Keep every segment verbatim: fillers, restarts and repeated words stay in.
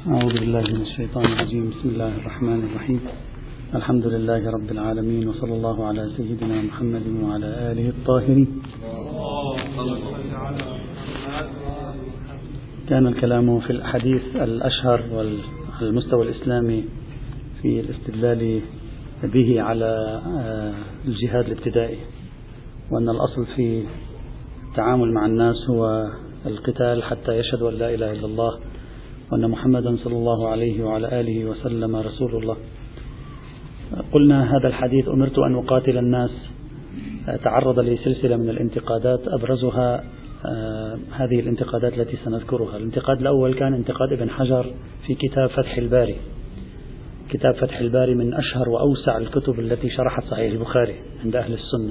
أعوذ بالله من الشيطان الرجيم. بسم الله الرحمن الرحيم. الحمد لله رب العالمين، وصلى الله على سيدنا محمد وعلى آله الطاهرين. كان الكلام في الحديث الأشهر والمستوى الإسلامي في الاستدلال به على الجهاد الابتدائي، وأن الأصل في التعامل مع الناس هو القتال حتى يشهدوا أن لا إله إلا الله وأن محمدا صلى الله عليه وعلى آله وسلم رسول الله. قلنا هذا الحديث أمرت أن أقاتل الناس تعرض لسلسلة من الانتقادات، أبرزها هذه الانتقادات التي سنذكرها. الانتقاد الأول كان انتقاد ابن حجر في كتاب فتح الباري. كتاب فتح الباري من أشهر وأوسع الكتب التي شرحت صحيح البخاري عند أهل السنة.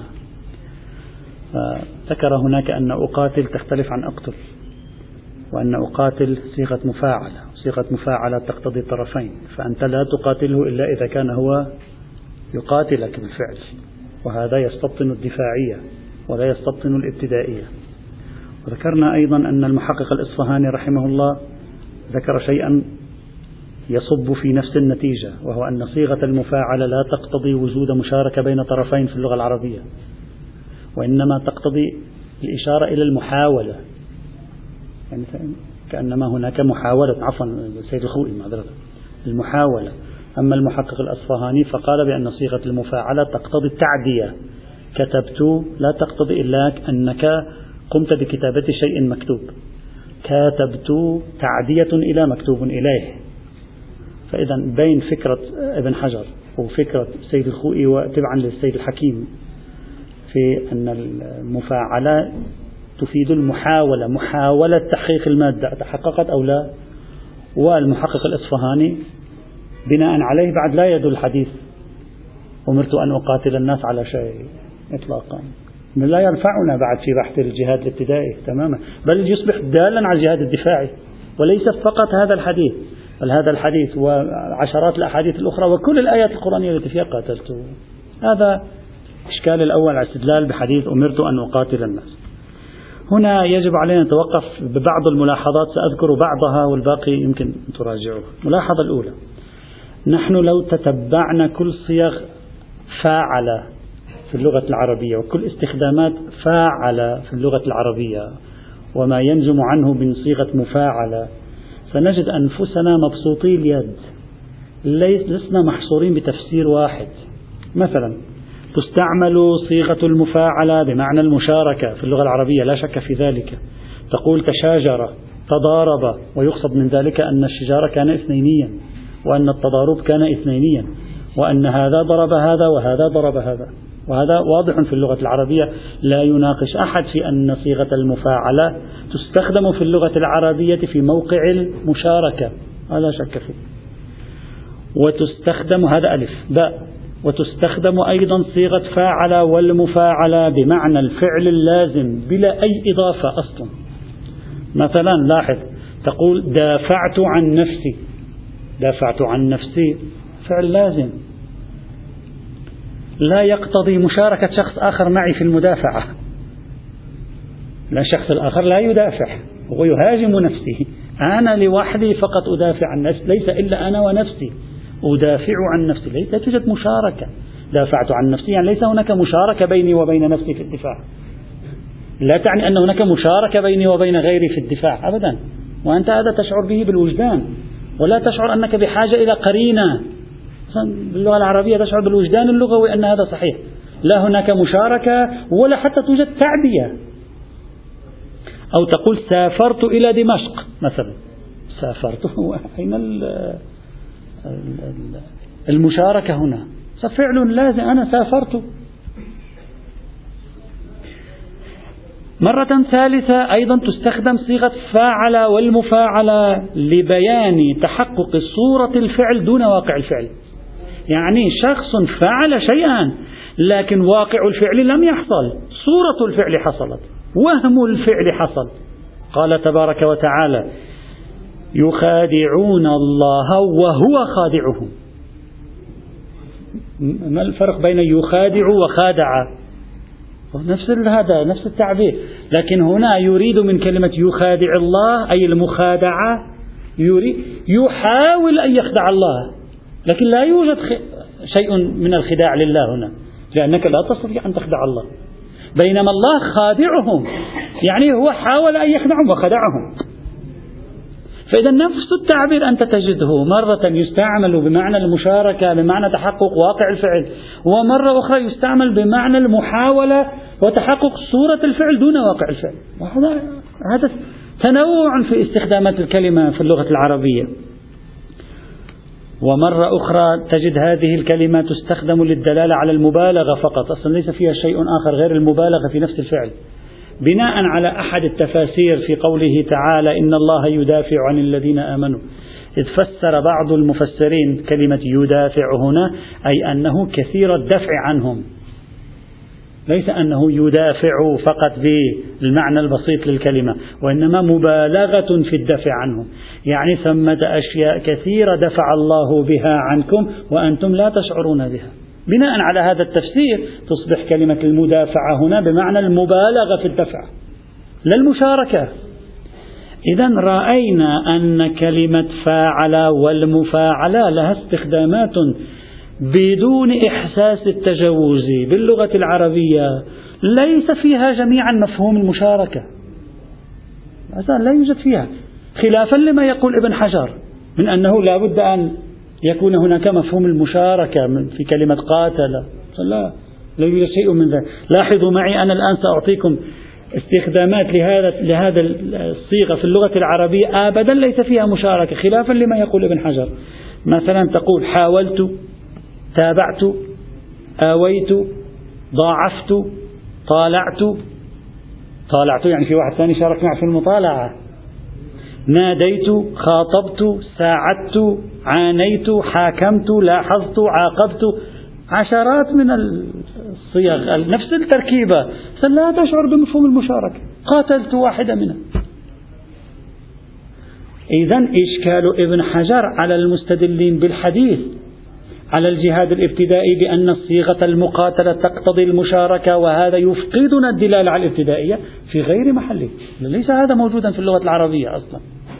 ذكر هناك أن أقاتل تختلف عن أقتل، وأن أقاتل صيغة مفاعلة، صيغة مفاعلة تقتضي الطرفين، فأنت لا تقاتله إلا إذا كان هو يقاتلك بالفعل، وهذا يستبطن الدفاعية ولا يستبطن الابتدائية. وذكرنا أيضا أن المحقق الإصفهاني رحمه الله ذكر شيئا يصب في نفس النتيجة، وهو أن صيغة المفاعلة لا تقتضي وجود مشاركة بين طرفين في اللغة العربية، وإنما تقتضي الإشارة إلى المحاولة، يعني كأنما هناك محاولة، عفوا السيد الخوئي معذرة، المحاولة. أما المحقق الأصفهاني فقال بأن صيغة المفاعلة تقتضي التعدية، كتبت لا تقتضي إلا أنك قمت بكتابة شيء مكتوب، كتبت تعدية إلى مكتوب إليه. فإذا بين فكرة ابن حجر وفكرة السيد الخوئي وتبعا للسيد الحكيم في أن المفاعلة تفيد المحاولة، محاولة تحقيق المادة تحققت أو لا، والمحقق الإصفهاني بناء عليه بعد لا يدل الحديث أمرت أن أقاتل الناس على شيء إطلاقا، لا ينفعنا بعد في بحث الجهاد الابتدائي تماما، بل يصبح دالا على الجهاد الدفاعي، وليس فقط هذا الحديث، بل هذا الحديث وعشرات الأحاديث الأخرى وكل الآيات القرآنية التي فيها قاتلت. هذا الإشكال الأول على الاستدلال بحديث أمرت أن أقاتل الناس. هنا يجب علينا أن نتوقف ببعض الملاحظات، سأذكر بعضها والباقي يمكن أن تراجعوه. الملاحظة الأولى، نحن لو تتبعنا كل صيغ فاعل في اللغة العربية وكل استخدامات فاعل في اللغة العربية وما ينجم عنه من صيغة مفاعلة، سنجد أنفسنا مبسوطي اليد، لسنا محصورين بتفسير واحد. مثلا تستعمل صيغة المفاعلة بمعنى المشاركة في اللغة العربية، لا شك في ذلك. تقول تشاجر، تضارب، ويقصد من ذلك أن الشجار كان اثنينيا، وأن التضارب كان اثنينيا، وأن هذا ضرب هذا وهذا ضرب هذا، وهذا واضح في اللغة العربية. لا يناقش أحد في أن صيغة المفاعلة تستخدم في اللغة العربية في موقع المشاركة، لا شك فيه. وتستخدم، هذا ألف. باء، وتستخدم أيضا صيغة فاعل والمفاعلة بمعنى الفعل اللازم بلا أي إضافة أصلا. مثلا لاحظ، تقول دافعت عن نفسي، دافعت عن نفسي فعل لازم لا يقتضي مشاركة شخص آخر معي في المدافعة، لا، الشخص الآخر لا يدافع، هو يهاجم نفسه. أنا لوحدي فقط أدافع عن نفسي، ليس إلا أنا ونفسي، أدافع عن نفسي، ليس توجد مشاركة. دافعت عن نفسي يعني ليس هناك مشاركة بيني وبين نفسي في الدفاع، لا تعني أن هناك مشاركة بيني وبين غيري في الدفاع أبدا، وأنت هذا تشعر به بالوجدان، ولا تشعر أنك بحاجة إلى قرينة. باللغة العربية تشعر بالوجدان اللغوي أن هذا صحيح، لا هناك مشاركة ولا حتى توجد تعدية. أو تقول سافرت إلى دمشق مثلا، سافرت، أين المشاركة هنا؟ فعل لازم، أنا سافرت. مرة ثالثة أيضا تستخدم صيغة فاعل والمفاعلة لبيان تحقق صورة الفعل دون واقع الفعل. يعني شخص فعل شيئا لكن واقع الفعل لم يحصل، صورة الفعل حصلت، وهم الفعل حصل. قال تبارك وتعالى يخادعون الله وهو خادعهم. ما الفرق بين يخادع وخادع؟ نفس هذا نفس التعبير، لكن هنا يريد من كلمة يخادع الله أي المخادعة يريد يحاول أن يخدع الله، لكن لا يوجد شيء من الخداع لله هنا، لأنك لا تستطيع أن تخدع الله، بينما الله خادعهم، يعني هو حاول أن يخدعهم وخدعهم. فإذا نفس التعبير أنت تجده مرة يستعمل بمعنى المشاركة بمعنى تحقق واقع الفعل، ومرة أخرى يستعمل بمعنى المحاولة وتحقق صورة الفعل دون واقع الفعل. وهذا هذا تنوع في استخدامات الكلمة في اللغة العربية. ومرة أخرى تجد هذه الكلمة تستخدم للدلالة على المبالغة فقط، أصلا ليس فيها شيء آخر غير المبالغة في نفس الفعل، بناء على أحد التفاسير في قوله تعالى إن الله يدافع عن الذين آمنوا، إذ فسر بعض المفسرين كلمة يدافع هنا أي أنه كثير الدفع عنهم، ليس أنه يدافع فقط بالمعنى البسيط للكلمة، وإنما مبالغة في الدفع عنهم، يعني ثمة أشياء كثيرة دفع الله بها عنكم وأنتم لا تشعرون بها. بناء على هذا التفسير تصبح كلمة المدافعة هنا بمعنى المبالغة في الدفع لا المشاركة. إذن رأينا أن كلمة فاعل والمفاعلة لها استخدامات بدون إحساس التجوز باللغة العربية ليس فيها جميعا مفهوم المشاركة، لا يوجد فيها، خلافا لما يقول ابن حجر من أنه لا بد أن يكون هناك مفهوم المشاركة في كلمة قاتل. لا لا يوجد شيء من ذلك. لاحظوا معي أنا الآن سأعطيكم استخدامات لهذا لهذا الصيغة في اللغة العربية أبدا ليس فيها مشاركة، خلافا لما يقول ابن حجر. مثلا تقول حاولت، تابعت، آويت، ضاعفت، طالعت. طالعت يعني في واحد ثاني شارك معي في المطالعة. ناديت، خاطبت، ساعدت، عانيت، حاكمت، لاحظت، عاقبت، عشرات من الصيغ نفس التركيبة، لا تشعر بمفهوم المشاركة. قاتلت واحدة منها. إذن إشكال ابن حجر على المستدلين بالحديث على الجهاد الابتدائي بأن الصيغة المقاتلة تقتضي المشاركة وهذا يفقدنا الدلالة على الابتدائية في غير محله، ليس هذا موجودا في اللغة العربية أصلا.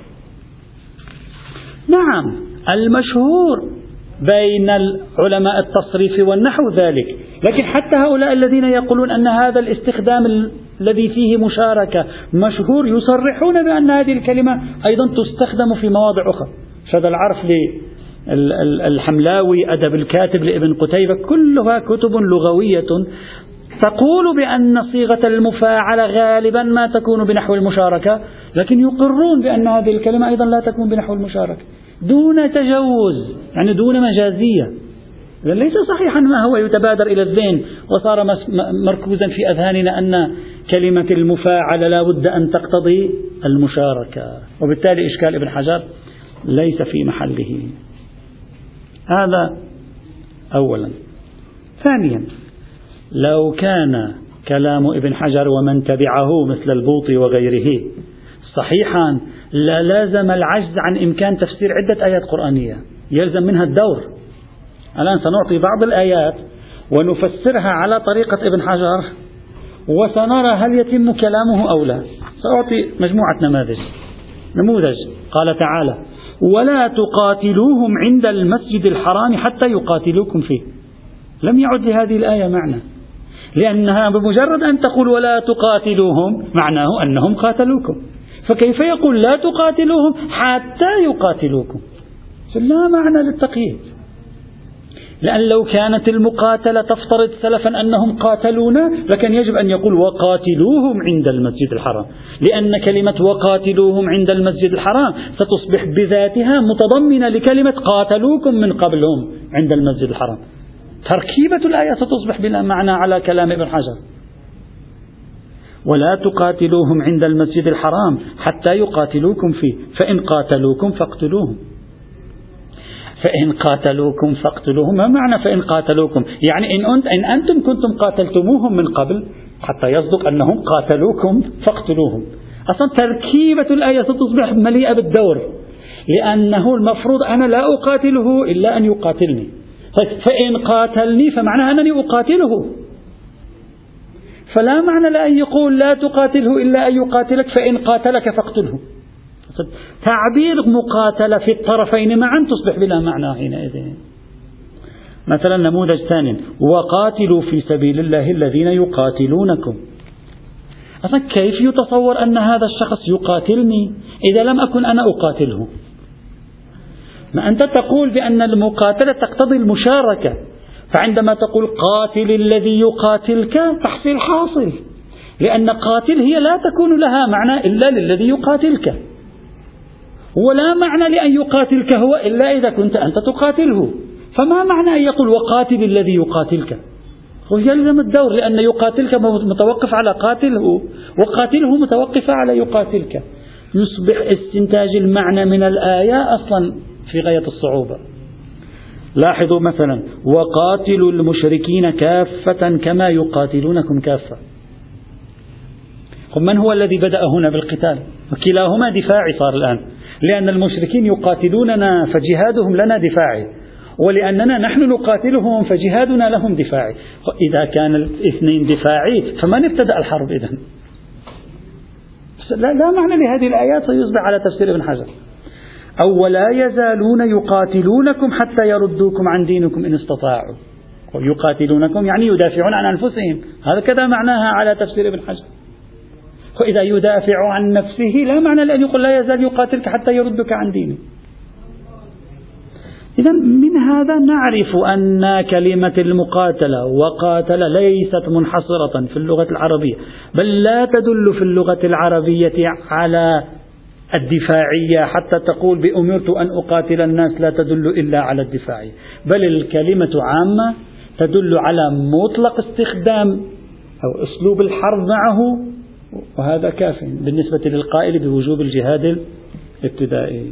نعم المشهور بين العلماء التصريف والنحو ذلك، لكن حتى هؤلاء الذين يقولون أن هذا الاستخدام الذي فيه مشاركة مشهور يصرحون بأن هذه الكلمة أيضا تستخدم في مواضع أخرى. هذا العرف للحملاوي، أدب الكاتب لابن قتيبة، كلها كتب لغوية تقول بأن صيغة المفاعلة غالبا ما تكون بنحو المشاركة، لكن يقرون بأن هذه الكلمة أيضا لا تكون بنحو المشاركة دون تجوز، يعني دون مجازية. ليس صحيحا ما هو يتبادر إلى الذهن وصار مركوزا في أذهاننا أن كلمة المفاعلة لا بد أن تقتضي المشاركة، وبالتالي إشكال ابن حجر ليس في محله. هذا أولا. ثانيا، لو كان كلام ابن حجر ومن تبعه مثل البوطي وغيره صحيحا للازم العجز عن إمكان تفسير عدة آيات قرآنية يلزم منها الدور. الآن سنعطي بعض الآيات ونفسرها على طريقة ابن حجر وسنرى هل يتم كلامه أو لا. سأعطي مجموعة نماذج. نموذج قال تعالى ولا تقاتلوهم عند المسجد الحرام حتى يقاتلوكم فيه. لم يعد لهذه الآية معنى، لأنها بمجرد أن تقول ولا تقاتلوهم معناه أنهم قاتلوكم، فكيف يقول لا تقاتلوهم حتى يقاتلوكم؟ لا معنى للتقييد، لأن لو كانت المقاتلة تفترض سلفا أنهم قاتلونا لكن يجب أن يقول وقاتلوهم عند المسجد الحرام، لأن كلمة وقاتلوهم عند المسجد الحرام ستصبح بذاتها متضمنة لكلمة قاتلوكم من قبلهم عند المسجد الحرام. تركيبة الآية ستصبح بلا معنى على كلام ابن حجر. ولا تقاتلوهم عند المسجد الحرام حتى يقاتلوكم فيه فإن قاتلوكم فاقتلوهم. فإن قاتلوكم فاقتلوهم، ما معنى فإن قاتلوكم؟ يعني إن, أنت إن أنتم كنتم قاتلتموهم من قبل حتى يصدق أنهم قاتلوكم فاقتلوهم. أصلا تركيبة الآية ستصبح مليئة بالدور، لأنه المفروض أنا لا أقاتله إلا أن يقاتلني، فإن قاتلني فمعنى أنني أقاتله، فلا معنى لأن يقول لا تقاتله إلا أن يقاتلك فإن قاتلك فاقتله. تعبير مقاتلة في الطرفين معا تصبح بلا معنى حينئذ. مثلا نموذج ثاني: وقاتلوا في سبيل الله الذين يقاتلونكم. أصلا كيف يتصور أن هذا الشخص يقاتلني إذا لم أكن أنا أقاتله؟ ما أنت تقول بأن المقاتلة تقتضي المشاركة، فعندما تقول قاتل الذي يقاتلك تحصيل حاصل، لأن قاتل هي لا تكون لها معنى إلا للذي يقاتلك، ولا معنى لأن يقاتلك هو إلا إذا كنت أنت تقاتله. فما معنى أن يقول وقاتل الذي يقاتلك؟ هو يلزم الدور، لأن يقاتلك متوقف على قاتله، وقاتله متوقف على يقاتلك. يصبح استنتاج المعنى من الآية أصلا في غاية الصعوبة. لاحظوا مثلا: وقاتلوا المشركين كافة كما يقاتلونكم كافة. من هو الذي بدأ هنا بالقتال؟ وكلاهما دفاعي صار الآن، لأن المشركين يقاتلوننا فجهادهم لنا دفاعي، ولأننا نحن نقاتلهم فجهادنا لهم دفاعي. إذا كان الاثنين دفاعي فمن ابتدأ الحرب إذن؟ لا, لا معنى لهذه الآيات، سيصبح على تفسير ابن حجر: أو ولا يزالون يقاتلونكم حتى يردوكم عن دينكم إن استطاعوا. يقاتلونكم يعني يدافعون عن أنفسهم، هذا كذا معناها على تفسير ابن حجر. وإذا يدافع عن نفسه لا معنى لأن يقول لا يزال يقاتلك حتى يردك عن دينه. إذا من هذا نعرف أن كلمة المقاتلة وقاتل ليست منحصرة في اللغة العربية، بل لا تدل في اللغة العربية على الدفاعية حتى تقول بأمرت أن أقاتل الناس، لا تدل إلا على الدفاعية، بل الكلمة عامة تدل على مطلق استخدام أو أسلوب الحرب معه، وهذا كاف بالنسبة للقائل بوجوب الجهاد الابتدائي.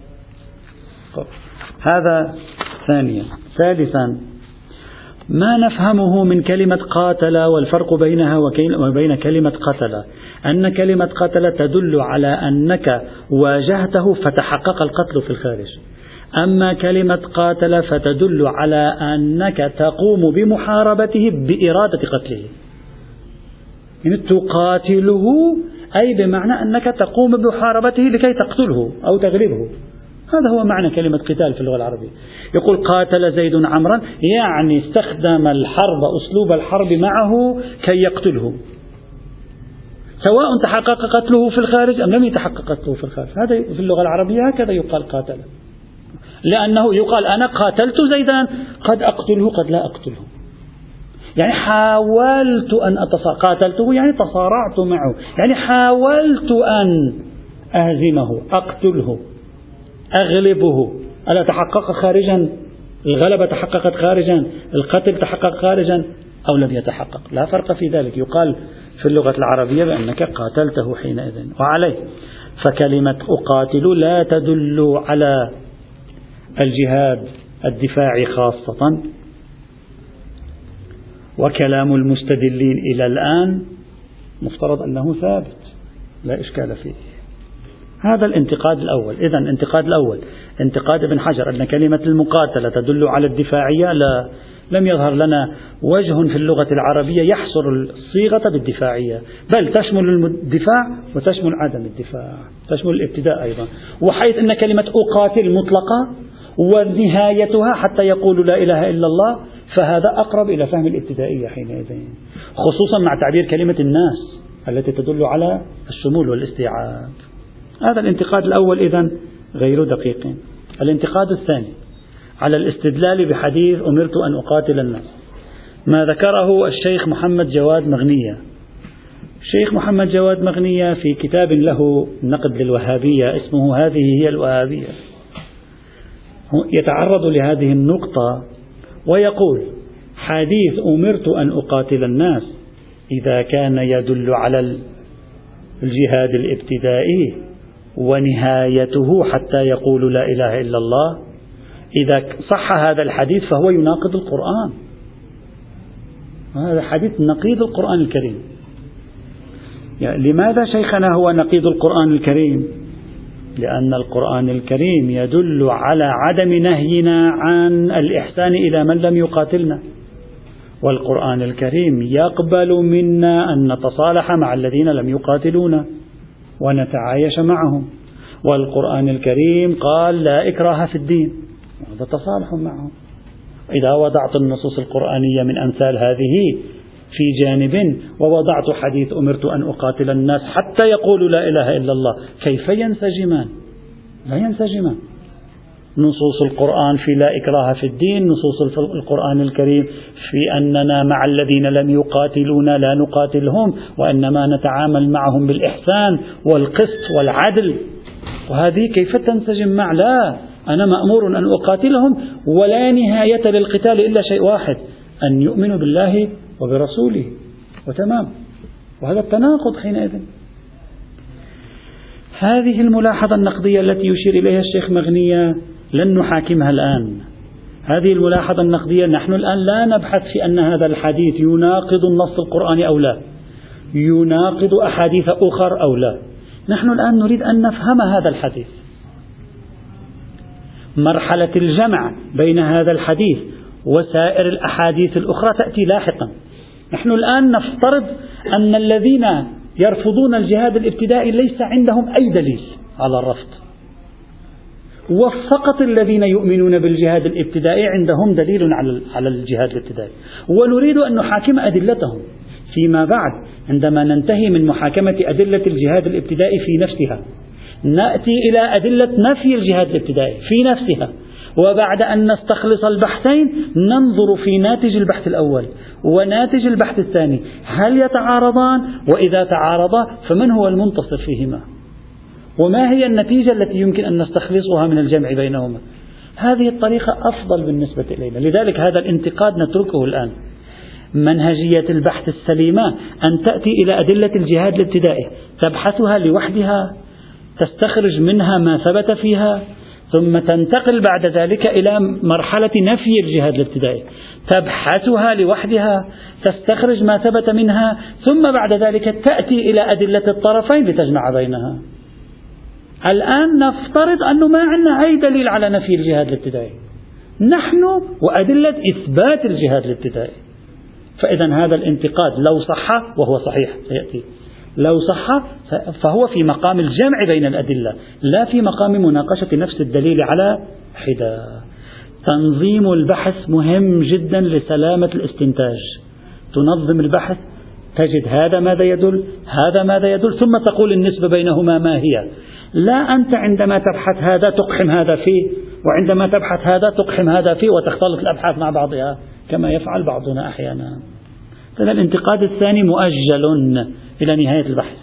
هذا ثانيا. ثالثا: ما نفهمه من كلمة قاتل والفرق بينها وبين كلمة قتل، أن كلمة قتل تدل على أنك واجهته فتحقق القتل في الخارج، أما كلمة قاتل فتدل على أنك تقوم بمحاربته بإرادة قتله. يعني تقاتله أي بمعنى أنك تقوم بمحاربته لكي تقتله أو تغلبه. هذا هو معنى كلمة قتال في اللغة العربية. يقول قاتل زيد عمرا، يعني استخدم الحرب أسلوب الحرب معه كي يقتله، سواء تحقق قتله في الخارج أم لم يتحقق قتله في الخارج. هذا في اللغة العربية هكذا يقال قاتل، لأنه يقال أنا قاتلت زيدا، قد أقتله قد لا أقتله، يعني حاولت أن أتصارع، قاتلته يعني تصارعت معه، يعني حاولت أن أهزمه، أقتله، أغلبه. ألا تحقق خارجا؟ الغلبة تحققت خارجا، القتل تحقق خارجا أو لم يتحقق، لا فرق في ذلك. يقال في اللغة العربية بأنك قاتلته حينئذ. وعليه فكلمة أقاتل لا تدل على الجهاد الدفاعي خاصة، وكلام المستدلين إلى الآن مفترض أنه ثابت لا إشكال فيه. هذا الانتقاد الأول. إذن الانتقاد الأول انتقاد ابن حجر أن كلمة المقاتلة تدل على الدفاعية، لا لم يظهر لنا وجه في اللغة العربية يحصر الصيغة بالدفاعية، بل تشمل الدفاع وتشمل عدم الدفاع، تشمل الابتداء أيضا. وحيث أن كلمة أقاتل مطلقة ونهايتها حتى يقولوا لا إله إلا الله، فهذا أقرب إلى فهم الابتدائية حينئذ، خصوصا مع تعبير كلمة الناس التي تدل على الشمول والاستيعاب. هذا الانتقاد الأول إذن غير دقيق. الانتقاد الثاني على الاستدلال بحديث أمرت أن أقاتل الناس، ما ذكره الشيخ محمد جواد مغنية. الشيخ محمد جواد مغنية في كتاب له نقد للوهابية اسمه هذه هي الوهابية، يتعرض لهذه النقطة ويقول: حديث أمرت أن أقاتل الناس إذا كان يدل على الجهاد الابتدائي ونهايته حتى يقول لا إله إلا الله، إذا صح هذا الحديث فهو يناقض القرآن. هذا حديث نقيض القرآن الكريم. يعني لماذا شيخنا هو نقيض القرآن الكريم؟ لأن القرآن الكريم يدل على عدم نهينا عن الإحسان إلى من لم يقاتلنا، والقرآن الكريم يقبل منا أن نتصالح مع الذين لم يقاتلونا ونتعايش معهم، والقرآن الكريم قال لا إكراه في الدين، هذا تصالح معهم. إذا وضعت النصوص القرآنية من أمثال هذه في جانب ووضعت حديث أمرت أن أقاتل الناس حتى يقولوا لا إله إلا الله، كيف ينسجمان؟ لا ينسجمان. نصوص القرآن في لا إكراه في الدين، نصوص القرآن الكريم في أننا مع الذين لم يقاتلونا لا نقاتلهم، وإنما نتعامل معهم بالإحسان والقسط والعدل، وهذه كيف تنسجم مع لا أنا مأمور أن أقاتلهم ولا نهاية للقتال إلا شيء واحد، أن يؤمنوا بالله وبرسوله وتمام. وهذا التناقض حينئذ. هذه الملاحظة النقدية التي يشير إليها الشيخ مغنية لن نحاكمها الآن. هذه الملاحظة النقدية نحن الآن لا نبحث في أن هذا الحديث يناقض النص القرآني أو لا، يناقض أحاديث أخر أو لا. نحن الآن نريد أن نفهم هذا الحديث. مرحلة الجمع بين هذا الحديث وسائر الأحاديث الأخرى تأتي لاحقا. نحن الآن نفترض أن الذين يرفضون الجهاد الابتدائي ليس عندهم أي دليل على الرفض، وفقط الذين يؤمنون بالجهاد الابتدائي عندهم دليل على الجهاد الابتدائي، ونريد أن نحاكم أدلتهم فيما بعد. عندما ننتهي من محاكمة أدلة الجهاد الابتدائي في نفسها نأتي إلى أدلة نفي الجهاد الابتدائي في نفسها، وبعد أن نستخلص البحثين ننظر في ناتج البحث الأول وناتج البحث الثاني هل يتعارضان، وإذا تعارضا فمن هو المنتصر فيهما، وما هي النتيجة التي يمكن أن نستخلصها من الجمع بينهما. هذه الطريقة أفضل بالنسبة إلينا، لذلك هذا الانتقاد نتركه الآن. منهجية البحث السليمة أن تأتي إلى أدلة الجهاد الابتدائي تبحثها لوحدها، تستخرج منها ما ثبت فيها، ثم تنتقل بعد ذلك إلى مرحلة نفي الجهاد الابتدائي تبحثها لوحدها، تستخرج ما ثبت منها، ثم بعد ذلك تأتي إلى أدلة الطرفين لتجمع بينها. الآن نفترض أنه ما عندنا أي دليل على نفي الجهاد الابتدائي، نحن وأدلة إثبات الجهاد الابتدائي. فإذا هذا الانتقاد لو صح، وهو صحيح سيأتي، لو صح فهو في مقام الجمع بين الأدلة لا في مقام مناقشة نفس الدليل على حدة. تنظيم البحث مهم جدا لسلامة الاستنتاج. تنظم البحث تجد هذا ماذا يدل، هذا ماذا يدل، ثم تقول النسبة بينهما ما هي. لا أنت عندما تبحث هذا تقحم هذا فيه، وعندما تبحث هذا تقحم هذا فيه، وتختلط الأبحاث مع بعضها كما يفعل بعضنا أحيانا. هذا الانتقاد الثاني مؤجل إلى نهاية البحث.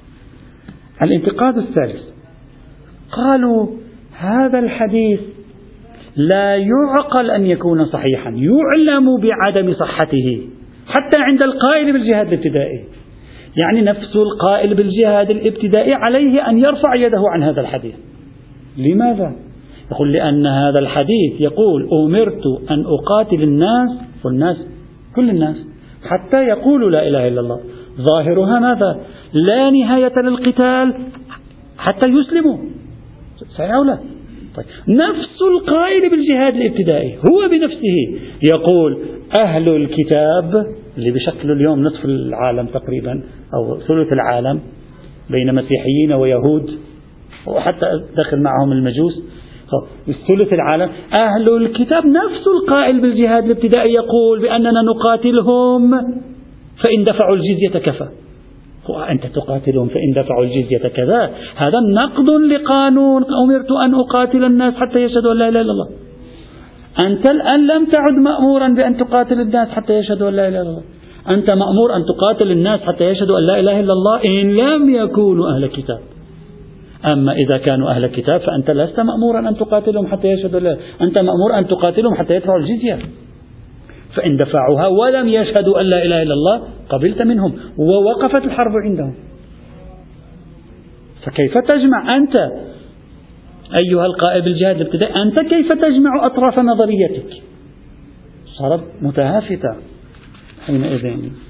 الانتقاد الثالث قالوا هذا الحديث لا يعقل أن يكون صحيحا، يعلم بعدم صحته حتى عند القائل بالجهاد الابتدائي. يعني نفس القائل بالجهاد الابتدائي عليه أن يرفع يده عن هذا الحديث. لماذا؟ يقول لأن هذا الحديث يقول أمرت أن أقاتل الناس، والناس كل الناس، حتى يقولوا لا إله إلا الله. ظاهرها ماذا؟ لا نهاية للقتال حتى يسلموا، صحيح أو لا؟ طيب. نفس القائل بالجهاد الابتدائي هو بنفسه يقول أهل الكتاب اللي بشكل اليوم نصف العالم تقريبا أو ثلث العالم بين مسيحيين ويهود وحتى دخل معهم المجوس، الثلث العالم أهل الكتاب نفس القائل بالجهاد الابتدائي يقول بأننا نقاتلهم فإن دفعوا الجزية كفى. أنت تقاتلهم فإن دفعوا الجزية كذا، هذا نقض لقانون أمرت أن أقاتل الناس حتى يشهدوا أن لا إله إلا الله. أنت الآن لم تعد مأمورا بأن تقاتل الناس حتى يشهدوا أن لا إله إلا الله، أنت مأمور أن تقاتل الناس حتى يشهدوا أن لا إله إلا الله إن لم يكونوا أهل كتاب. أما إذا كانوا أهل كتاب فأنت لست مأمورا أن تقاتلهم حتى يشهدوا لا، أنت مأمور أن تقاتلهم حتى يدفعوا الجزية. فإن دفعوها ولم يشهدوا أن لا إله إلا الله قبلت منهم ووقفت الحرب عندهم. فكيف تجمع أنت أيها القائد بالجهاد الابتدائي، أنت كيف تجمع أطراف نظريتك؟ صارت متهافتة حينئذ.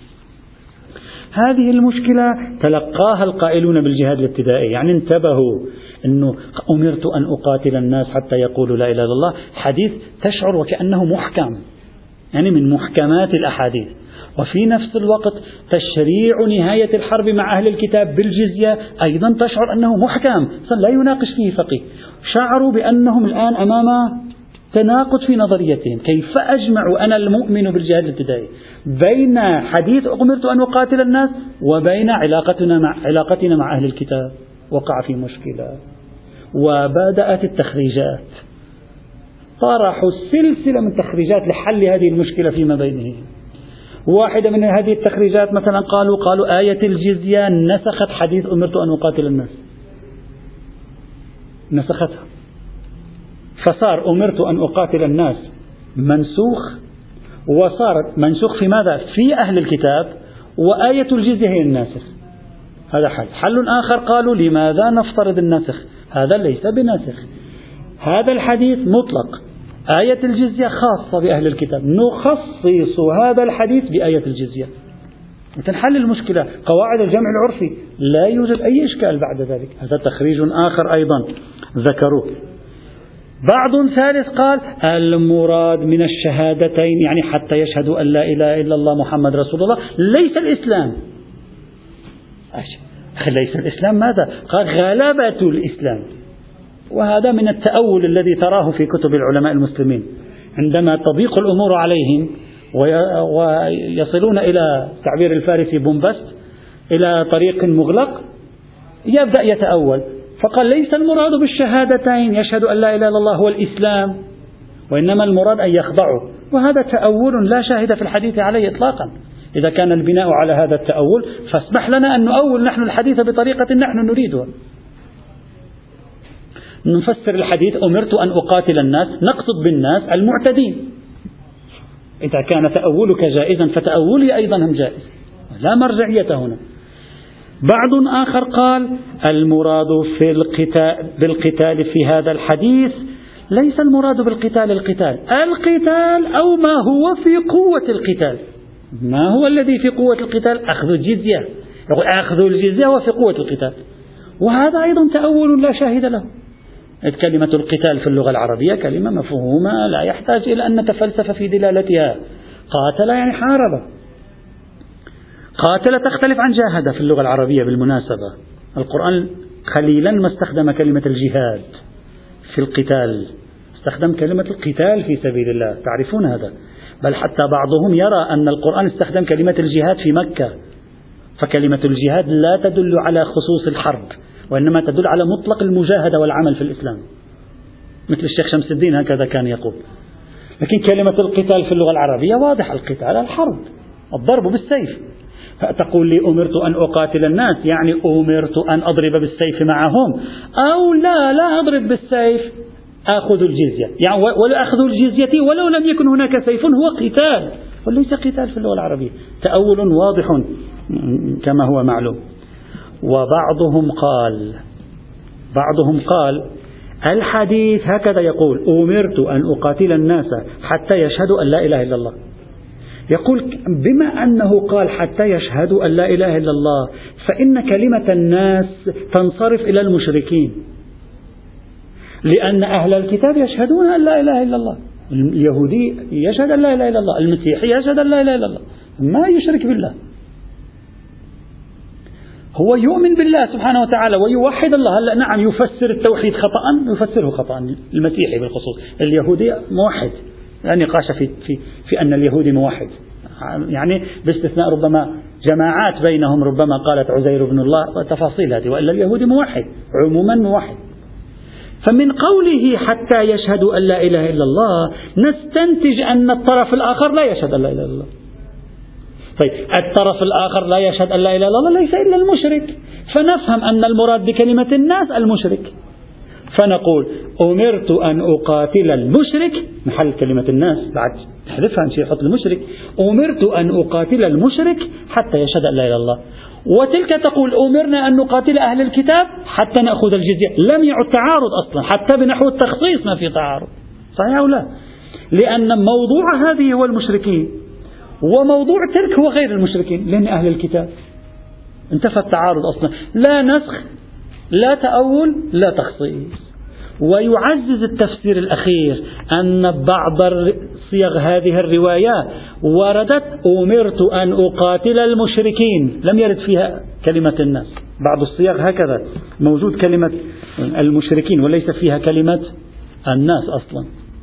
هذه المشكلة تلقاها القائلون بالجهاد الابتدائي، يعني انتبهوا أنه أمرت أن أقاتل الناس حتى يقولوا لا إله إلا الله، حديث تشعر وكأنه محكم، يعني من محكمات الأحاديث، وفي نفس الوقت تشريع نهاية الحرب مع أهل الكتاب بالجزية أيضا تشعر أنه محكم لا يناقش فيه فقيه. شعروا بأنهم الآن أمام تناقض في نظريتهم. كيف أجمع أنا المؤمن بالجهاد الابتدائي بين حديث أمرت أن أقاتل الناس وبين علاقتنا مع علاقتنا مع أهل الكتاب؟ وقع في مشكلة وبدأت التخريجات. طرحوا سلسلة من تخريجات لحل هذه المشكلة فيما بينهم. واحدة من هذه التخريجات مثلا قالوا قالوا آية الجزية نسخت حديث أمرت أن أقاتل الناس، نسختها، فصار أمرت أن أقاتل الناس منسوخ، وصارت منسوخ في ماذا؟ في أهل الكتاب، وآية الجزية هي الناسخ. هذا حل. حل آخر قالوا لماذا نفترض الناسخ؟ هذا ليس بناسخ، هذا الحديث مطلق، آية الجزية خاصة بأهل الكتاب، نخصص هذا الحديث بآية الجزية وتنحل المشكلة. قواعد الجمع العرفي لا يوجد أي إشكال بعد ذلك. هذا تخريج آخر أيضا ذكروه. بعض ثالث قال المراد من الشهادتين يعني حتى يشهدوا أن لا إله إلا الله محمد رسول الله ليس الإسلام. ليس الإسلام ماذا؟ قال غلبة الإسلام. وهذا من التأول الذي تراه في كتب العلماء المسلمين عندما تضيق الأمور عليهم ويصلون إلى تعبير الفارسي بومبست إلى طريق مغلق، يبدأ يتأول. فقال ليس المراد بالشهادتين يشهد أن لا إله إلا الله هو الإسلام، وإنما المراد أن يخضعوا. وهذا تأول لا شاهد في الحديث عليه إطلاقا. إذا كان البناء على هذا التأول فاسمح لنا أن نؤول نحن الحديث بطريقة نحن نريدها. نفسر الحديث أمرت أن أقاتل الناس، نقصد بالناس المعتدين. إذا كان تأولك جائزا فتأولي أيضا هم جائز، لا مرجعية هنا. بعض آخر قال المراد في القتال بالقتال في هذا الحديث ليس المراد بالقتال القتال القتال أو ما هو في قوة القتال. ما هو الذي في قوة القتال؟ أخذ الجزية. يقول أخذ الجزية هو في قوة القتال، وهذا أيضا تأول لا شاهد له. كلمة القتال في اللغة العربية كلمة مفهومة لا يحتاج إلى أن نتفلسف في دلالتها. قاتل يعني حارب. قاتل تختلف عن جاهد في اللغة العربية بالمناسبة. القرآن قليلا ما استخدم كلمة الجهاد في القتال، استخدم كلمة القتال في سبيل الله، تعرفون هذا. بل حتى بعضهم يرى أن القرآن استخدم كلمة الجهاد في مكة، فكلمة الجهاد لا تدل على خصوص الحرب وإنما تدل على مطلق المجاهدة والعمل في الإسلام، مثل الشيخ شمس الدين هكذا كان يقول. لكن كلمة القتال في اللغة العربية واضح، القتال الحرب، الضرب بالسيف. تقول لي أمرت أن أقاتل الناس يعني أمرت أن أضرب بالسيف معهم، أو لا لا أضرب بالسيف، أخذ الجزية يعني ولا أخذ الجزية ولو لم يكن هناك سيف، هو قتال وليس قتال في اللغة العربية. تأول واضح كما هو معلوم. وبعضهم قال بعضهم قال الحديث هكذا يقول أمرت أن أقاتل الناس حتى يشهدوا أن لا إله إلا الله. يقول بما أنه قال حتى يشهدوا أن لا إله إلا الله فإن كلمة الناس تنصرف إلى المشركين، لأن أهل الكتاب يشهدون أن لا إله إلا الله، اليهودي يشهد أن لا إله إلا الله، المسيحي يشهد أن لا إله إلا الله، ما يشرك بالله، هو يؤمن بالله سبحانه وتعالى ويوحد الله. هلا نعم يفسر التوحيد خطأ، يفسره خطأ المسيحي بالخصوص، اليهودي موحد، لا نقاش في في في أن اليهودي موحد، يعني باستثناء ربما جماعات بينهم ربما قالت عزير بن الله وتفاصيل هذه، وإلا اليهودي موحد عموما موحد. فمن قوله حتى يشهدوا أن لا إله إلا الله نستنتج أن الطرف الآخر لا يشهد أن لا إله إلا الله. طيب الطرف الآخر لا يشهد أن لا إله إلا الله ليس إلا المشرك، فنفهم أن المراد بكلمة الناس المشرك، فنقول أمرت أن أقاتل المشرك محل كلمة الناس، بعد تحذفها نشيل حط المشرك، أمرت أن أقاتل المشرك حتى يشهد أن لا إله إلا الله. وتلك تقول أمرنا أن نقاتل أهل الكتاب حتى نأخذ الجزية. لم يعد تعارض أصلا، حتى بنحو التخصيص ما في تعارض، صحيح أو لا؟ لأن موضوع هذه هو المشركين وموضوع ترك هو غير المشركين، لأن أهل الكتاب انتفى التعارض أصلا، لا نسخ لا تأول لا تخصيص. ويعزز التفسير الأخير أن بعض صيغ هذه الرواية وردت أمرت أن أقاتل المشركين، لم يرد فيها كلمة الناس. بعض الصيغ هكذا موجود كلمة المشركين وليس فيها كلمة الناس أصلا.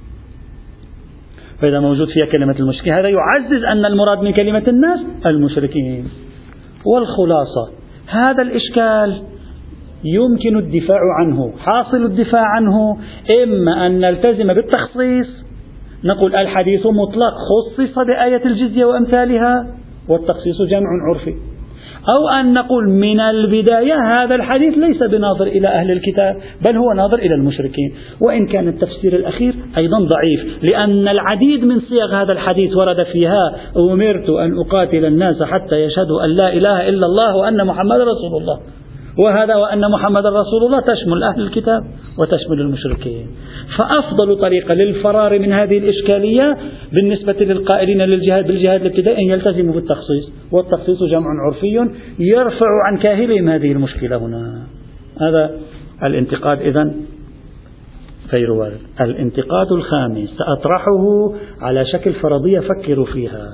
فإذا موجود فيها كلمة المشركين هذا يعزز أن المراد من كلمة الناس المشركين. والخلاصة هذا الإشكال يمكن الدفاع عنه. حاصل الدفاع عنه إما أن نلتزم بالتخصيص، نقول الحديث مطلق خصص بآية الجزية وأمثالها والتخصيص جمع عرفي، أو أن نقول من البداية هذا الحديث ليس بناظر إلى أهل الكتاب بل هو ناظر إلى المشركين، وإن كان التفسير الأخير أيضا ضعيف، لأن العديد من صيغ هذا الحديث ورد فيها أمرت أن أقاتل الناس حتى يشهدوا أن لا إله إلا الله وأن محمد رسول الله، وهذا وأن محمد رسول الله تشمل أهل الكتاب وتشمل المشركين. فأفضل طريقة للفرار من هذه الإشكالية بالنسبة للقائلين للجهاد بالجهاد الابتدائي أن يلتزموا بالتخصيص، والتخصيص جمع عرفي يرفع عن كاهلهم هذه المشكلة هنا. هذا الانتقاد إذن غير وارد. الانتقاد الخامس سأطرحه على شكل فرضية فكروا فيها.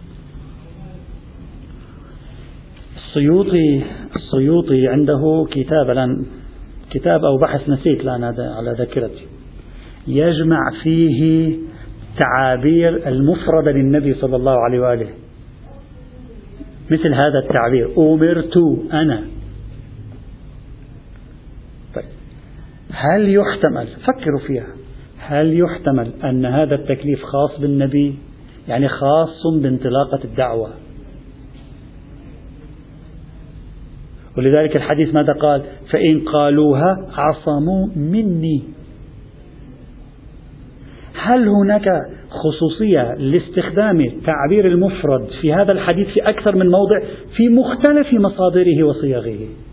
السيوطي السيوطي عنده كتاب الآن كتاب أو بحث نسيت الآن على ذاكرتي، يجمع فيه تعابير المفردة للنبي صلى الله عليه وآله، مثل هذا التعبير أمرت أنا. طيب هل يحتمل، فكروا فيها، هل يحتمل أن هذا التكليف خاص بالنبي، يعني خاص بانطلاقة الدعوة؟ ولذلك الحديث ماذا قال؟ فإن قالوها عصموا مني. هل هناك خصوصية لاستخدام التعبير المفرد في هذا الحديث في أكثر من موضع في مختلف مصادره وصيغه؟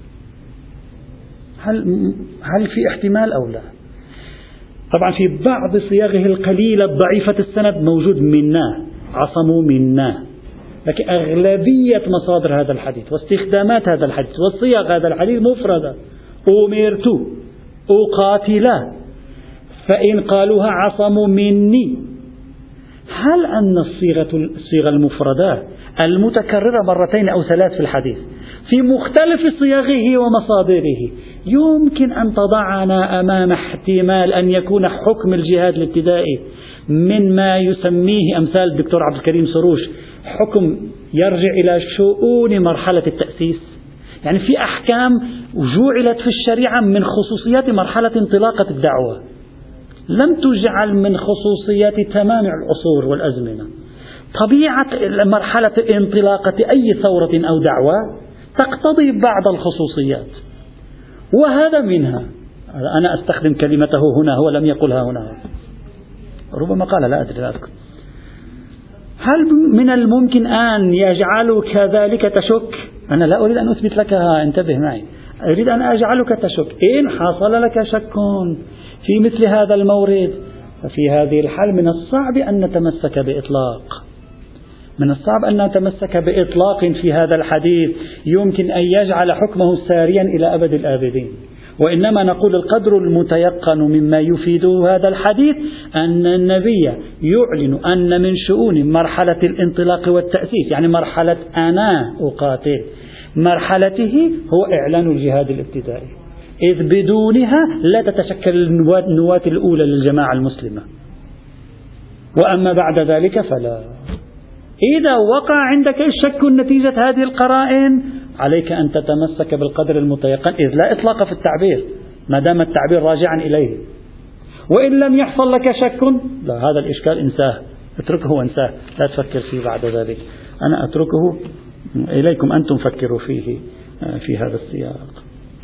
هل هل في احتمال أو لا؟ طبعا في بعض صيغه القليلة الضعيفة السند موجود منا، عصموا منا، لكن أغلبية مصادر هذا الحديث واستخدامات هذا الحديث وصيغ هذا الحديث مفردة. أمرت أقاتل فإن قالوها عصموا مني. هل أن الصيغة الصيغة المفردة المتكررة مرتين أو ثلاث في الحديث في مختلف صيغه ومصادره يمكن أن تضعنا أمام احتمال أن يكون حكم الجهاد الابتدائي من ما يسميه أمثال الدكتور عبد الكريم سروش حكم يرجع إلى شؤون مرحلة التأسيس؟ يعني في أحكام جعلت في الشريعة من خصوصيات مرحلة انطلاقة الدعوة، لم تجعل من خصوصيات تمام العصور والأزمنة. طبيعة مرحلة انطلاقة أي ثورة أو دعوة تقتضي بعض الخصوصيات، وهذا منها. أنا أستخدم كلمته هنا، هو لم يقلها هنا، ربما قال لا أدري لا أذكر. هل من الممكن أن يجعلك ذلك تشك؟ أنا لا أريد أن أثبت لك، انتبه معي، أريد أن أجعلك تشك. إن حصل لك شك في مثل هذا المورد ففي هذه الحال من الصعب أن نتمسك بإطلاق من الصعب أن نتمسك بإطلاق في هذا الحديث يمكن أن يجعل حكمه ساريا إلى أبد الآبدين، وإنما نقول القدر المتيقن مما يفيده هذا الحديث أن النبي يعلن أن من شؤون مرحلة الانطلاق والتأسيس، يعني مرحلة أنا أقاتل، مرحلته هو إعلان الجهاد الابتدائي، إذ بدونها لا تتشكل النواة الأولى للجماعة المسلمة، وأما بعد ذلك فلا. إذا وقع عندك شك نتيجة هذه القرائن عليك أن تتمسك بالقدر المتيقن، إذ لا إطلاق في التعبير ما دام التعبير راجعا إليه. وإن لم يحصل لك شك لا، هذا الإشكال انساه، اتركه وانساه، لا تفكر فيه بعد ذلك. أنا أتركه إليكم أنتم فكروا فيه في هذا السياق.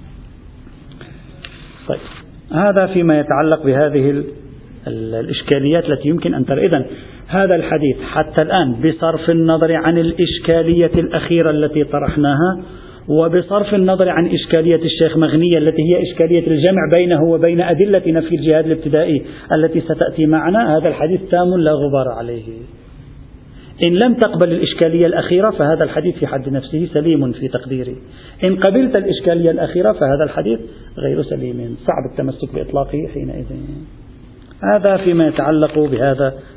طيب هذا فيما يتعلق بهذه الإشكاليات التي يمكن أن ترى. إذن هذا الحديث حتى الآن بصرف النظر عن الإشكالية الأخيرة التي طرحناها، وبصرف النظر عن إشكالية الشيخ مغنية التي هي إشكالية الجمع بينه وبين أدلة نفي الجهاد الابتدائي التي ستأتي معنا، هذا الحديث تام لا غبار عليه. إن لم تقبل الإشكالية الأخيرة فهذا الحديث في حد نفسه سليم في تقديري، إن قبلت الإشكالية الأخيرة فهذا الحديث غير سليم، صعب التمسك بإطلاقه حينئذ. هذا فيما يتعلق بهذا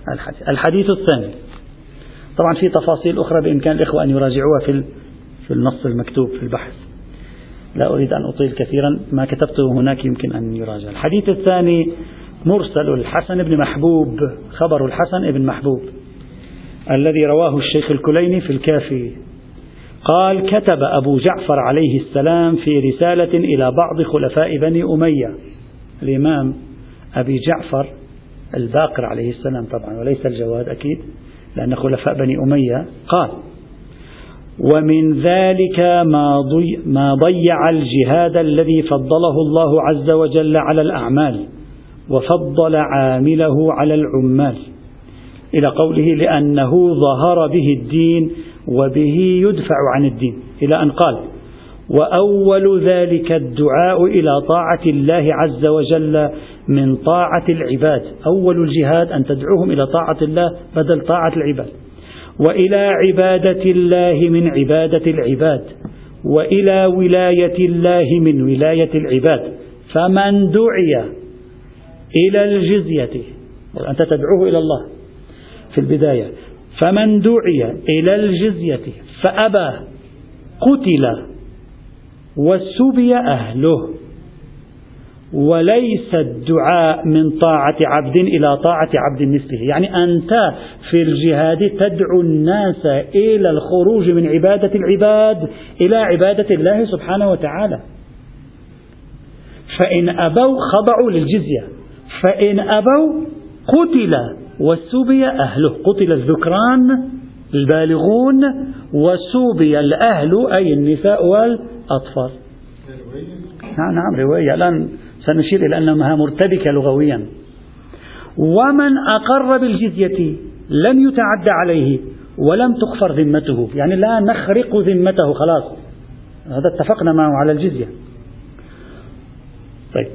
الحديث. الحديث الثاني، طبعا في تفاصيل أخرى بإمكان الإخوة أن يراجعوها في في النص المكتوب في البحث، لا أريد أن أطيل كثيرا، ما كتبته هناك يمكن أن يراجع. الحديث الثاني مرسل الحسن بن محبوب، خبر الحسن بن محبوب الذي رواه الشيخ الكليني في الكافي. قال: كتب أبو جعفر عليه السلام في رسالة إلى بعض خلفاء بني أمية، الإمام أبي جعفر الباقر عليه السلام طبعا، وليس الجواد أكيد لأن خلفاء بني أمية. قال: ومن ذلك ما, ضي ما ضيع الجهاد الذي فضله الله عز وجل على الأعمال وفضل عامله على العمال، إلى قوله: لأنه ظهر به الدين وبه يدفع عن الدين، إلى أن قال: وأول ذلك الدعاء إلى طاعة الله عز وجل من طاعة العباد. أول الجهاد أن تدعوهم إلى طاعة الله بدل طاعة العباد، وإلى عبادة الله من عبادة العباد، وإلى ولاية الله من ولاية العباد. فمن دعي إلى الجزية، أنت تدعوه إلى الله في البداية، فمن دعي إلى الجزية فأبى قتل وسبي أهله. وليس الدعاء من طاعة عبد إلى طاعة عبد مثله، يعني أنت في الجهاد تدعو الناس إلى الخروج من عبادة العباد إلى عبادة الله سبحانه وتعالى. فإن أبوا خضعوا للجزية، فإن أبوا قتل وسبي أهله، قتل الذكران البالغون وسبي الأهل أي النساء والأطفال. نعم نعم رواية، الآن سنشير إلى أنها مرتبكة لغويا. ومن أقر بالجزية لم يتعد عليه ولم تغفر ذمته، يعني لا نخرق ذمته خلاص، هذا اتفقنا معه على الجزية. طيب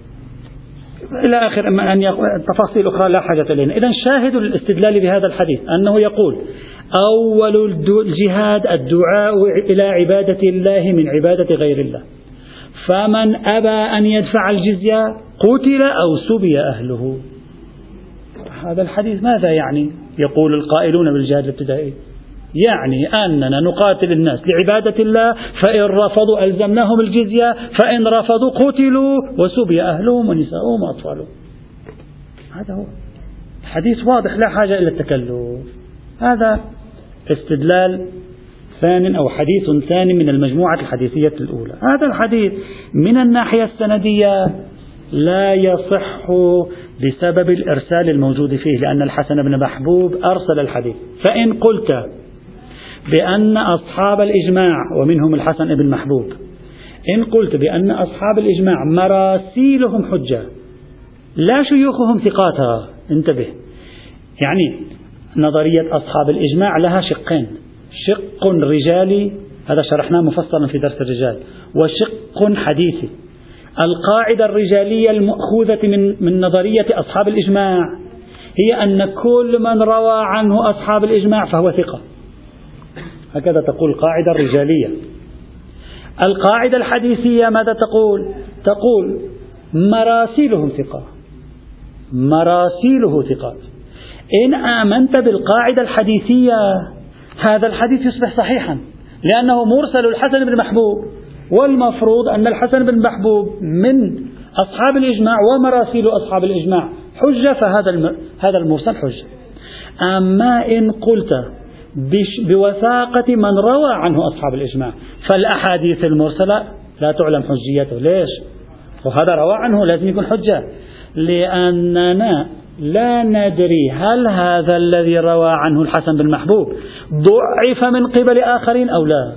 إلى آخر أن يقول تفاصيل أخرى لا حاجة لنا. إذن شاهد الاستدلال بهذا الحديث أنه يقول: أول الجهاد الدعاء إلى عبادة الله من عبادة غير الله، فمن أبى أن يدفع الجزية قتل أو سبي أهله. هذا الحديث ماذا يعني؟ يقول القائلون بالجهاد الابتدائي يعني أننا نقاتل الناس لعبادة الله، فإن رفضوا ألزمناهم الجزية، فإن رفضوا قتلوا وسبي أهلهم ونساءهم وأطفالهم. هذا هو الحديث واضح، لا حاجة إلى التكلف. هذا استدلال ثاني أو حديث ثاني من المجموعة الحديثية الأولى. هذا الحديث من الناحية السندية لا يصح بسبب الإرسال الموجود فيه، لأن الحسن بن محبوب أرسل الحديث. فإن قلت بأن أصحاب الإجماع ومنهم الحسن بن محبوب، إن قلت بأن أصحاب الإجماع مراسيلهم حجة لا شيوخهم ثقاتها، انتبه، يعني نظرية أصحاب الإجماع لها شقين: شق رجالي هذا شرحناه مفصلا في درس الرجال، وشق حديثي. القاعدة الرجالية المأخوذة من من نظرية أصحاب الإجماع هي أن كل من روى عنه أصحاب الإجماع فهو ثقة، هكذا تقول القاعدة الرجالية. القاعدة الحديثية ماذا تقول؟ تقول مراسيلهم ثقة، مراسيله ثقات. إن آمنت بالقاعدة الحديثية هذا الحديث يصبح صحيحا، لأنه مرسل الحسن بن محبوب، والمفروض أن الحسن بن محبوب من أصحاب الإجماع ومراسيل أصحاب الإجماع حجة، فهذا هذا المرسل حجة. أما إن قلت بوثاقة من روى عنه أصحاب الإجماع فالأحاديث المرسلة لا تعلم حجيته. ليش؟ وهذا روى عنه لازم يكون حجة، لأننا لا ندري هل هذا الذي روى عنه الحسن بن محبوب ضعف من قبل آخرين أو لا.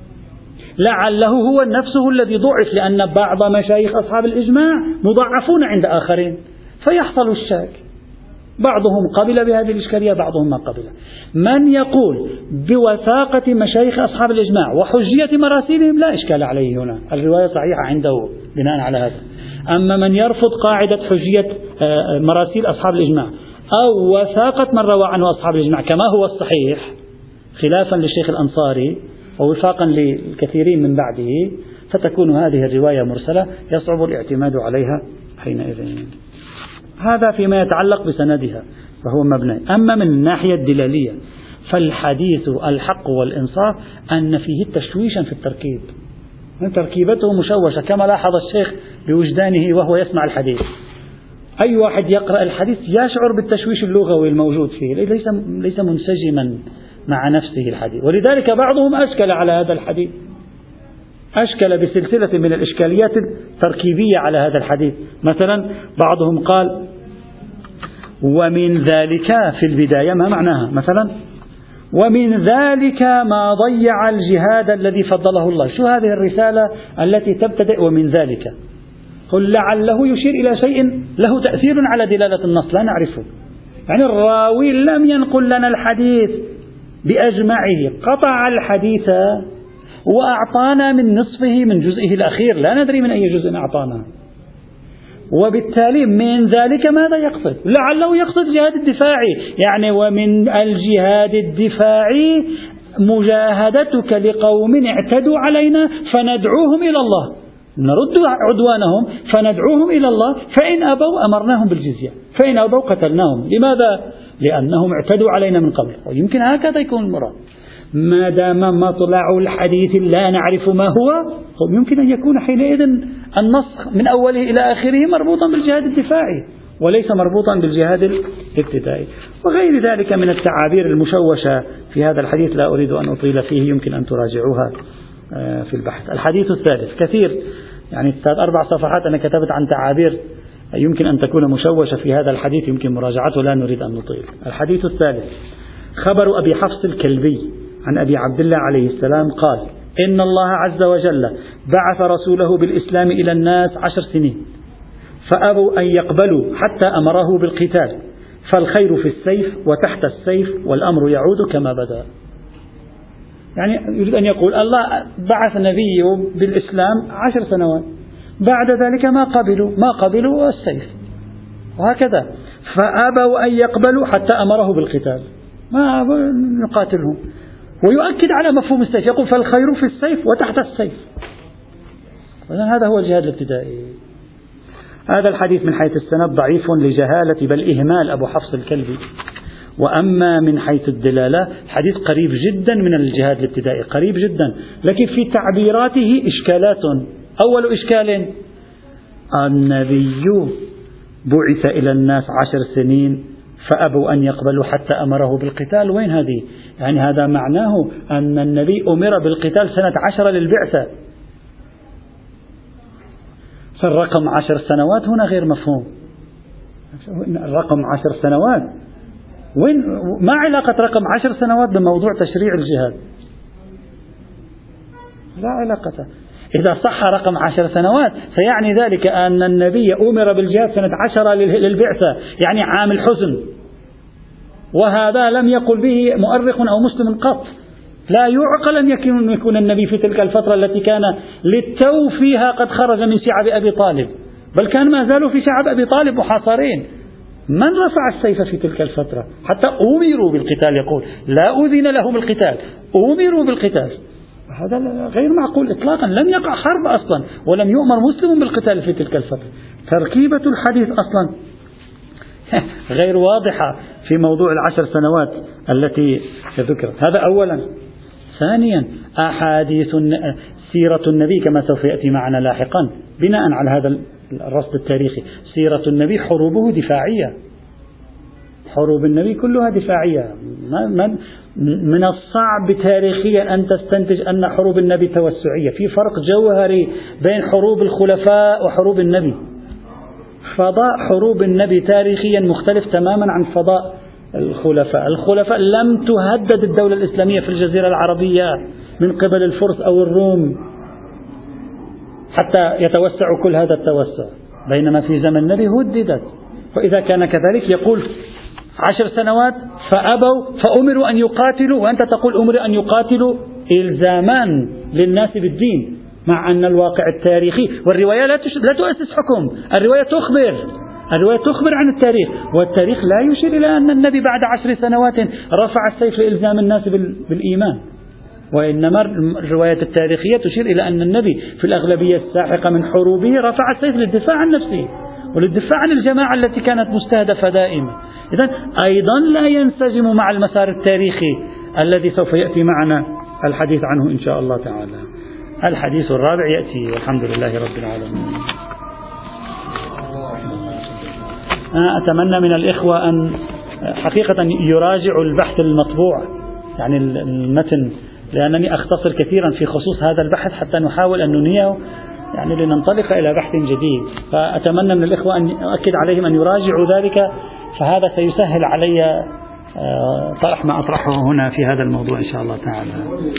لعله هو نفسه الذي ضعف، لأن بعض مشايخ أصحاب الإجماع مضعفون عند آخرين، فيحصل الشك، بعضهم قبل بهذه الإشكالية بعضهم ما قبل. من يقول بوثاقة مشايخ أصحاب الإجماع وحجية مراسيلهم لا إشكال عليه، هنا الرواية صحيحة عنده بناء على هذا. أما من يرفض قاعدة حجية مراسيل أصحاب الإجماع أو وثاقة من روى عنه أصحاب الإجماع كما هو الصحيح خلافا للشيخ الأنصاري ووفاقا للكثيرين من بعده، فتكون هذه الرواية مرسلة يصعب الاعتماد عليها حينئذ. هذا فيما يتعلق بسندها. فهو مبني. أما من الناحية الدلالية فالحديث الحق والإنصاف أن فيه تشويشا في التركيب، تركيبته مشوشة كما لاحظ الشيخ بوجدانه وهو يسمع الحديث. أي واحد يقرأ الحديث يشعر بالتشويش اللغوي الموجود فيه، ليس ليس منسجما مع نفسه الحديث. ولذلك بعضهم أشكل على هذا الحديث، أشكل بسلسلة من الإشكاليات التركيبية على هذا الحديث. مثلا بعضهم قال ومن ذلك في البداية، ما معناها؟ مثلا ومن ذلك ما ضيع الجهاد الذي فضله الله. شو هذه الرسالة التي تبتدئ ومن ذلك؟ قل لعله يشير إلى شيء له تأثير على دلالة النص لا نعرفه، يعني الراوي لم ينقل لنا الحديث بأجمعه، قطع الحديث وأعطانا من نصفه من جزئه الأخير، لا ندري من أي جزء أعطانا. وبالتالي من ذلك ماذا يقصد؟ لعله يقصد الجهاد الدفاعي، يعني ومن الجهاد الدفاعي مجاهدتك لقوم اعتدوا علينا فندعوهم إلى الله، نرد عدوانهم فندعوهم إلى الله، فإن أبوا أمرناهم بالجزية، فإن أبوا قتلناهم. لماذا؟ لأنهم اعتدوا علينا من قبل. ويمكن هكذا يكون المراد. ما دام مطلع الحديث لا نعرف ما هو، يمكن أن يكون حينئذ النص من أوله إلى آخره مربوطا بالجهاد الدفاعي وليس مربوطا بالجهاد الابتدائي، وغير ذلك من التعابير المشوشة في هذا الحديث لا أريد أن أطيل فيه، يمكن أن تراجعوها في البحث. الحديث الثالث كثير، يعني ثلاث أربع صفحات أنا كتبت عن تعابير يمكن أن تكون مشوشة في هذا الحديث، يمكن مراجعته، لا نريد أن نطيل. الحديث الثالث خبر أبي حفص الكلبي عن أبي عبد الله عليه السلام قال إن الله عز وجل بعث رسوله بالإسلام إلى الناس عشر سنين فأبوا أن يقبلوا حتى أمره بالقتال، فالخير في السيف وتحت السيف والأمر يعود كما بدأ. يعني يريد أن يقول الله بعث نبيه بالإسلام عشر سنوات، بعد ذلك ما قبلوا ما قبلوا السيف، وهكذا فأبوا أن يقبلوا حتى أمره بالقتال، ما نقاتلهم. ويؤكد على مفهوم السيف، يقول فالخير في السيف وتحت السيف. هذا هو الجهاد الابتدائي. هذا الحديث من حيث السند ضعيف لجهالة بل إهمال أبو حفص الكلبي، وأما من حيث الدلالة حديث قريب جدا من الجهاد الابتدائي، قريب جدا، لكن في تعبيراته إشكالات. أول إشكال النبي بعث إلى الناس عشر سنين فأبوا أن يقبلوا حتى أمره بالقتال، وين هذه؟ يعني هذا معناه أن النبي أمر بالقتال سنة عشرة للبعثة، فالرقم عشر سنوات هنا غير مفهوم. الرقم عشر سنوات وين؟ ما علاقة رقم عشر سنوات بموضوع تشريع الجهاد؟ لا علاقة. إذا صح رقم عشر سنوات فيعني ذلك أن النبي أمر بالجهاد سنة عشرة للبعثة، يعني عام الحزن، وهذا لم يقل به مؤرخ أو مسلم قط. لا يعقل أن يكون, يكون النبي في تلك الفترة التي كان للتو فيها قد خرج من شعب أبي طالب، بل كان ما زالوا في شعب أبي طالب محاصرين. من رفع السيف في تلك الفترة؟ حتى أمروا بالقتال، يقول لا أذن لهم القتال، أمروا بالقتال. هذا غير معقول إطلاقا، لم يقع حرب أصلا ولم يؤمر مسلم بالقتال في تلك الفترة. تركيبة الحديث أصلا غير واضحة في موضوع العشر سنوات التي ذكرت. هذا أولا. ثانيا أحاديث سيرة النبي كما سوف يأتي معنا لاحقا بناء على هذا الرصد التاريخي، سيرة النبي حروبه دفاعية، حروب النبي كلها دفاعية. من الصعب تاريخيا أن تستنتج أن حروب النبي توسعية. في فرق جوهري بين حروب الخلفاء وحروب النبي. فضاء حروب النبي تاريخيا مختلف تماما عن فضاء الخلفاء. الخلفاء لم تهدد الدولة الإسلامية في الجزيرة العربية من قبل الفرس أو الروم حتى يتوسع كل هذا التوسع، بينما في زمن النبي هددت. وإذا كان كذلك يقول عشر سنوات فأبوا فأمروا أن يقاتلوا، وأنت تقول أمروا أن يقاتلوا إلزاما للناس بالدين، مع أن الواقع التاريخي والرواية لا تؤسس حكم، الرواية تخبر الرواية تخبر عن التاريخ، والتاريخ لا يشير إلى أن النبي بعد عشر سنوات رفع السيف لإلزام الناس بالإيمان، وإنما الرواية التاريخية تشير إلى أن النبي في الأغلبية الساحقة من حروبه رفع السيف للدفاع عن نفسه وللدفاع عن الجماعة التي كانت مستهدفة دائما. إذن أيضا لا ينسجم مع المسار التاريخي الذي سوف يأتي معنا الحديث عنه إن شاء الله تعالى. الحديث الرابع يأتي والحمد لله رب العالمين. أتمنى من الإخوة أن حقيقة يراجعوا البحث المطبوع، يعني المتن، لأنني أختصر كثيرا في خصوص هذا البحث حتى نحاول أن ننهيه يعني لننطلق إلى بحث جديد. فأتمنى من الإخوة أن أؤكد عليهم أن يراجعوا ذلك، فهذا سيسهل علي طرح ما أطرحه هنا في هذا الموضوع إن شاء الله تعالى.